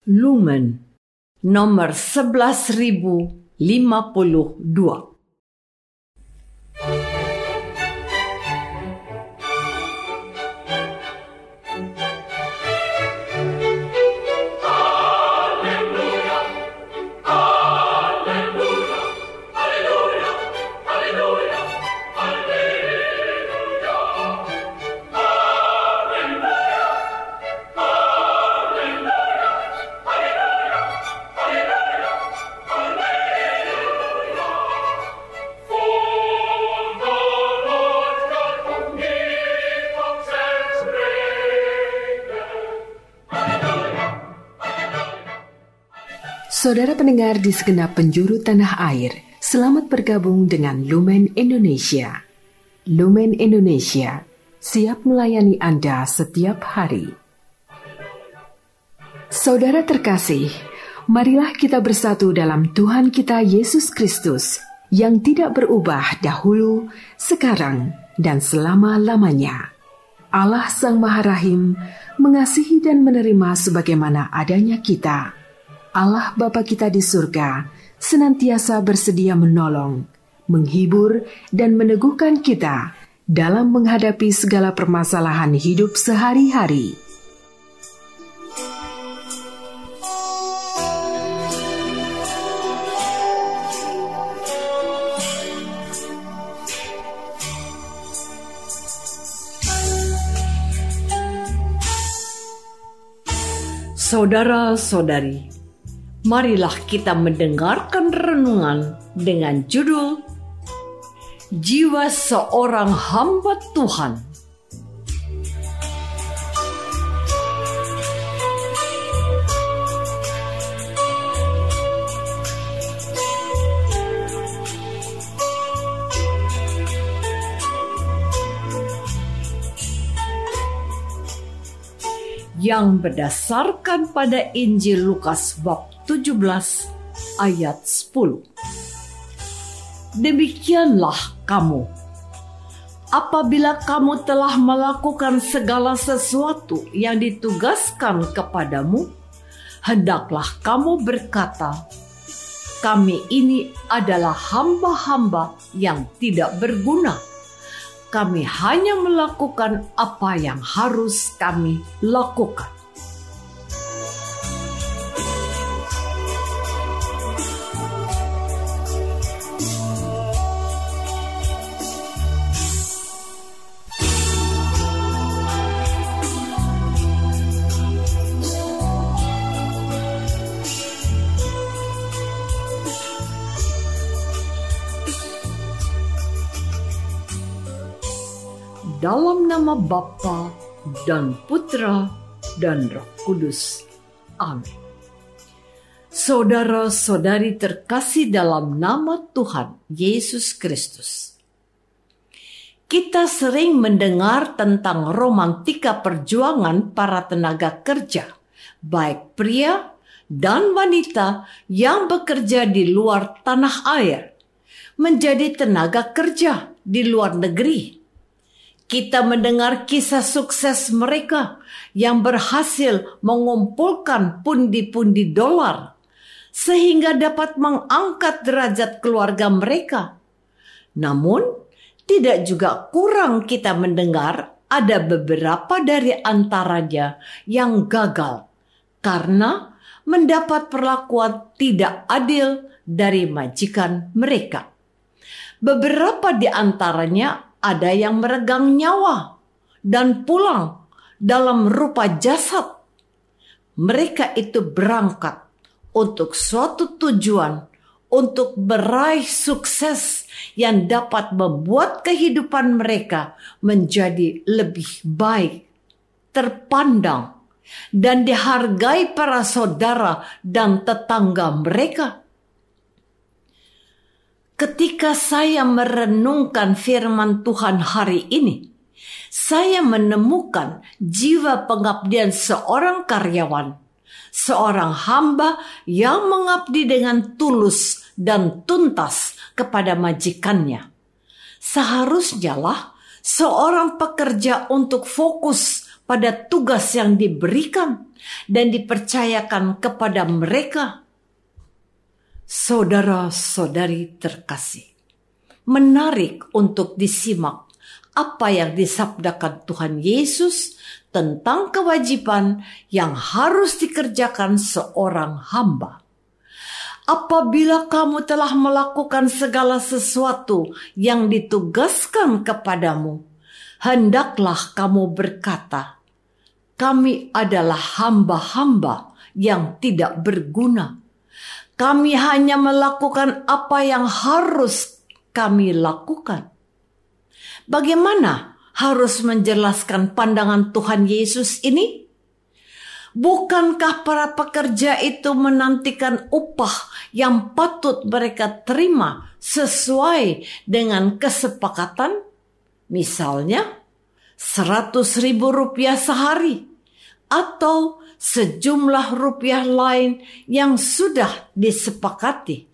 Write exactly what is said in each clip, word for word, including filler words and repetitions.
Lumen nomor sebelas ribu lima puluh dua. Saudara pendengar di segenap penjuru tanah air, selamat bergabung dengan Lumen Indonesia. Lumen Indonesia siap melayani Anda setiap hari. Saudara terkasih, marilah kita bersatu dalam Tuhan kita Yesus Kristus yang tidak berubah dahulu, sekarang, dan selama-lamanya. Allah Sang Maha Rahim mengasihi dan menerima sebagaimana adanya kita. Allah Bapa kita di surga senantiasa bersedia menolong, menghibur, dan meneguhkan kita dalam menghadapi segala permasalahan hidup sehari-hari. Saudara-saudari, marilah kita mendengarkan renungan dengan judul Jiwa Seorang Hamba Tuhan. Yang berdasarkan pada Injil Lukas bab tujuh belas ayat sepuluh. Demikianlah kamu, apabila kamu telah melakukan segala sesuatu yang ditugaskan kepadamu, hendaklah kamu berkata, kami ini adalah hamba-hamba yang tidak berguna. Kami hanya melakukan apa yang harus kami lakukan. Dalam nama Bapa dan Putra dan Roh Kudus. Amin. Saudara-saudari terkasih dalam nama Tuhan Yesus Kristus. Kita sering mendengar tentang romantika perjuangan para tenaga kerja, baik pria dan wanita yang bekerja di luar tanah air, menjadi tenaga kerja di luar negeri. Kita mendengar kisah sukses mereka yang berhasil mengumpulkan pundi-pundi dolar sehingga dapat mengangkat derajat keluarga mereka. Namun, tidak juga kurang kita mendengar ada beberapa dari antaranya yang gagal karena mendapat perlakuan tidak adil dari majikan mereka. Beberapa di antaranya ada yang meregang nyawa dan pulang dalam rupa jasad. Mereka itu berangkat untuk suatu tujuan, untuk meraih sukses yang dapat membuat kehidupan mereka menjadi lebih baik, terpandang, dan dihargai para saudara dan tetangga mereka. Ketika saya merenungkan firman Tuhan hari ini, saya menemukan jiwa pengabdian seorang karyawan, seorang hamba yang mengabdi dengan tulus dan tuntas kepada majikannya. Seharusnya lah seorang pekerja untuk fokus pada tugas yang diberikan dan dipercayakan kepada mereka. Saudara-saudari terkasih, menarik untuk disimak apa yang disabdakan Tuhan Yesus tentang kewajiban yang harus dikerjakan seorang hamba. Apabila kamu telah melakukan segala sesuatu yang ditugaskan kepadamu, hendaklah kamu berkata, "Kami adalah hamba-hamba yang tidak berguna. Kami hanya melakukan apa yang harus kami lakukan." Bagaimana harus menjelaskan pandangan Tuhan Yesus ini? Bukankah para pekerja itu menantikan upah yang patut mereka terima sesuai dengan kesepakatan? Misalnya, seratus ribu rupiah sehari atau sejumlah rupiah lain yang sudah disepakati.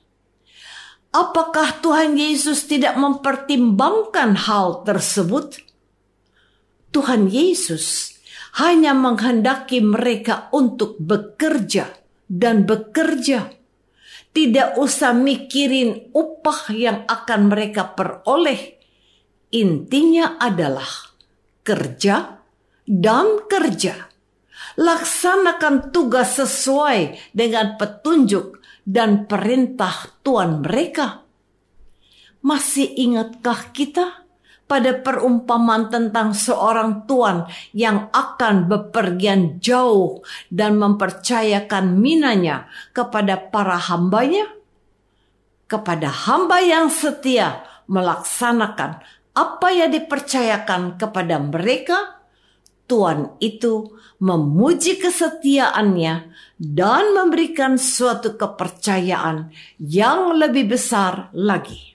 Apakah Tuhan Yesus tidak mempertimbangkan hal tersebut? Tuhan Yesus hanya menghendaki mereka untuk bekerja dan bekerja. Tidak usah mikirin upah yang akan mereka peroleh. Intinya adalah kerja dan kerja. Laksanakan tugas sesuai dengan petunjuk dan perintah Tuhan mereka. Masih ingatkah kita pada perumpamaan tentang seorang tuan yang akan bepergian jauh dan mempercayakan minanya kepada para hambanya? Kepada hamba yang setia melaksanakan apa yang dipercayakan kepada mereka, tuan itu memuji kesetiaannya dan memberikan suatu kepercayaan yang lebih besar lagi.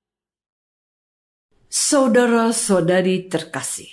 Saudara-saudari terkasih,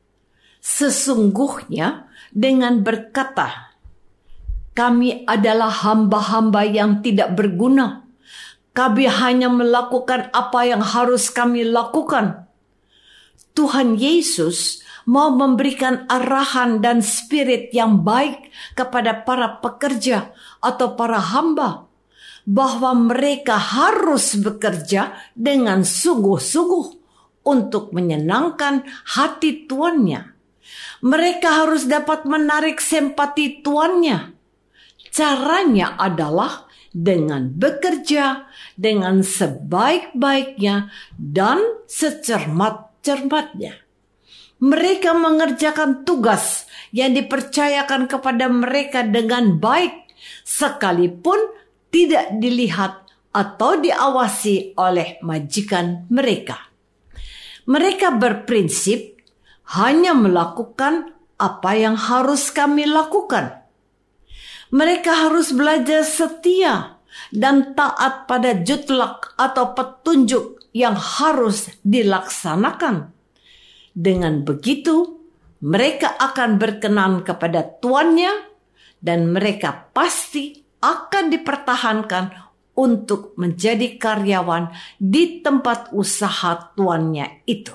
sesungguhnya dengan berkata, "Kami adalah hamba-hamba yang tidak berguna. Kami hanya melakukan apa yang harus kami lakukan." Tuhan Yesus mau memberikan arahan dan spirit yang baik kepada para pekerja atau para hamba, bahwa mereka harus bekerja dengan sungguh-sungguh untuk menyenangkan hati tuannya. Mereka harus dapat menarik simpati tuannya. Caranya adalah dengan bekerja dengan sebaik-baiknya dan secermat-cermatnya. Mereka mengerjakan tugas yang dipercayakan kepada mereka dengan baik, sekalipun tidak dilihat atau diawasi oleh majikan mereka. Mereka berprinsip hanya melakukan apa yang harus kami lakukan. Mereka harus belajar setia dan taat pada jutlak atau petunjuk yang harus dilaksanakan. Dengan begitu, mereka akan berkenan kepada tuannya dan mereka pasti akan dipertahankan untuk menjadi karyawan di tempat usaha tuannya itu.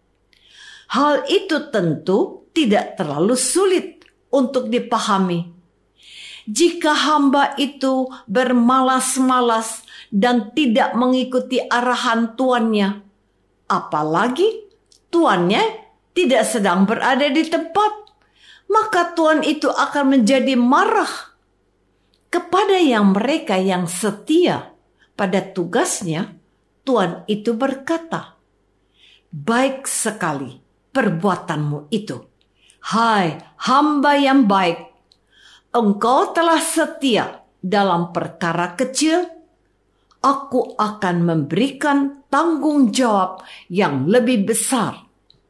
Hal itu tentu tidak terlalu sulit untuk dipahami. Jika hamba itu bermalas-malas dan tidak mengikuti arahan tuannya, apalagi tuannya tidak sedang berada di tempat, maka tuan itu akan menjadi marah. Kepada yang mereka yang setia pada tugasnya, tuan itu berkata, "Baik sekali perbuatanmu itu, hai hamba yang baik. Engkau telah setia dalam perkara kecil, aku akan memberikan tanggung jawab yang lebih besar.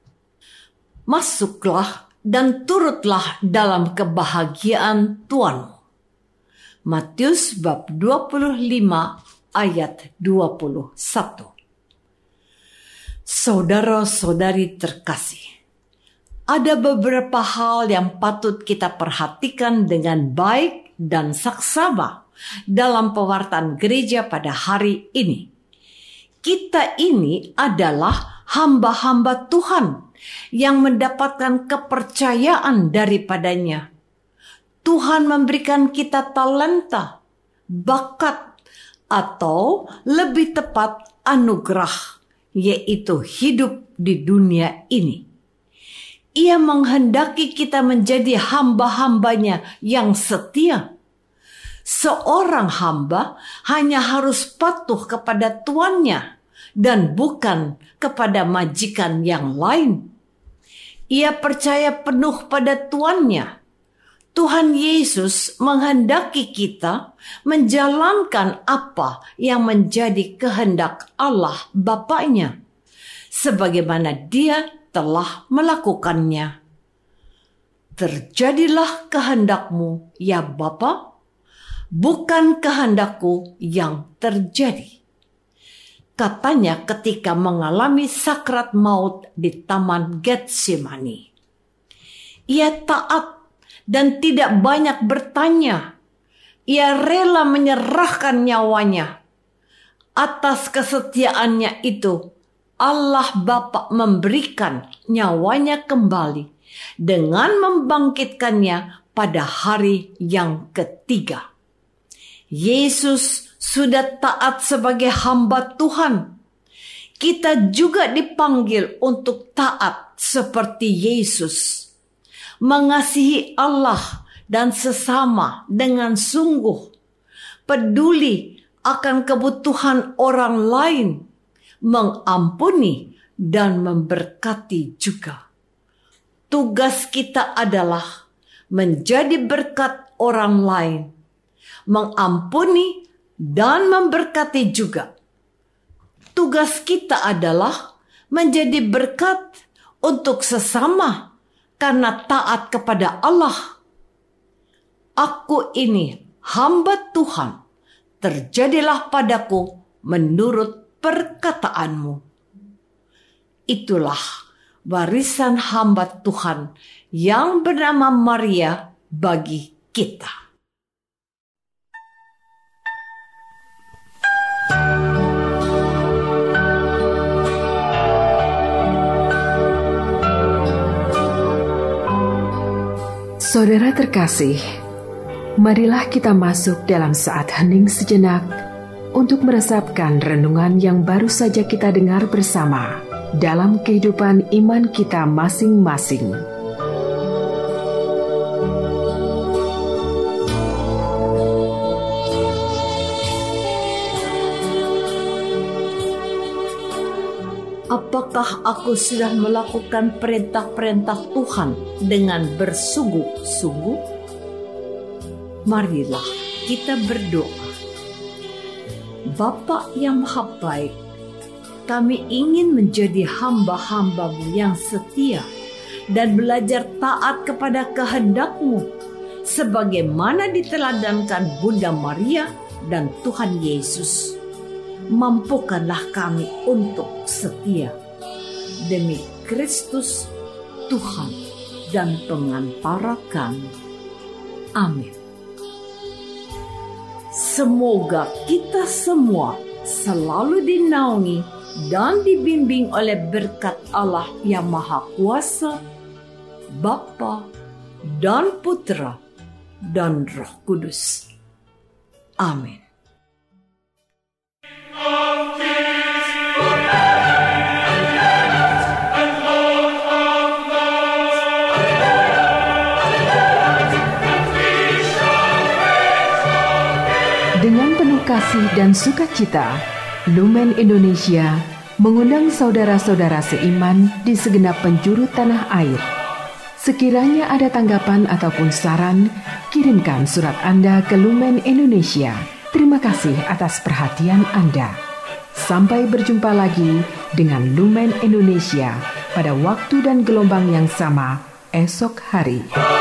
Masuklah dan turutlah dalam kebahagiaan Tuanmu." Matius bab dua puluh lima ayat dua puluh satu. Saudara-saudari terkasih, ada beberapa hal yang patut kita perhatikan dengan baik dan saksama dalam pewartaan gereja pada hari ini. Kita ini adalah hamba-hamba Tuhan yang mendapatkan kepercayaan daripadanya. Tuhan memberikan kita talenta, bakat, atau lebih tepat anugerah, yaitu hidup di dunia ini. Ia menghendaki kita menjadi hamba-hambanya yang setia. Seorang hamba hanya harus patuh kepada tuannya dan bukan kepada majikan yang lain. Ia percaya penuh pada tuannya. Tuhan Yesus menghendaki kita menjalankan apa yang menjadi kehendak Allah Bapaknya, sebagaimana Dia telah melakukannya. Terjadilah kehendakmu, ya Bapa, bukan kehendakku yang terjadi. Katanya ketika mengalami sakrat maut di Taman Getsemani. Ia taat dan tidak banyak bertanya. Ia rela menyerahkan nyawanya. Atas kesetiaannya itu, Allah Bapa memberikan nyawanya kembali dengan membangkitkannya pada hari yang ketiga. Yesus sudah taat sebagai hamba Tuhan. Kita juga dipanggil untuk taat seperti Yesus. Mengasihi Allah dan sesama dengan sungguh. Peduli akan kebutuhan orang lain. Mengampuni dan memberkati juga. Tugas kita adalah menjadi berkat orang lain, mengampuni dan memberkati juga. Tugas kita adalah menjadi berkat untuk sesama karena taat kepada Allah. Aku ini hamba Tuhan, terjadilah padaku menurut perkataanmu. Itulah warisan hamba Tuhan yang bernama Maria bagi kita. Saudara terkasih, marilah kita masuk dalam saat hening sejenak untuk meresapkan renungan yang baru saja kita dengar bersama dalam kehidupan iman kita masing-masing. Apakah aku sudah melakukan perintah-perintah Tuhan dengan bersungguh-sungguh? Marilah kita berdoa. Bapa yang Maha Baik, kami ingin menjadi hamba-hamba-Mu yang setia dan belajar taat kepada kehendak-Mu, sebagaimana diteladankan Bunda Maria dan Tuhan Yesus. Mampukanlah kami untuk setia demi Kristus, Tuhan dan pengantara kami. Amin. Semoga kita semua selalu dinaungi dan dibimbing oleh berkat Allah yang Maha Kuasa, Bapa dan Putra dan Roh Kudus. Amin. Dengan penuh kasih dan sukacita, Lumen Indonesia mengundang saudara-saudara seiman di segenap penjuru tanah air. Sekiranya ada tanggapan ataupun saran, kirimkan surat Anda ke Lumen Indonesia. Terima kasih atas perhatian Anda. Sampai berjumpa lagi dengan Lumen Indonesia pada waktu dan gelombang yang sama esok hari.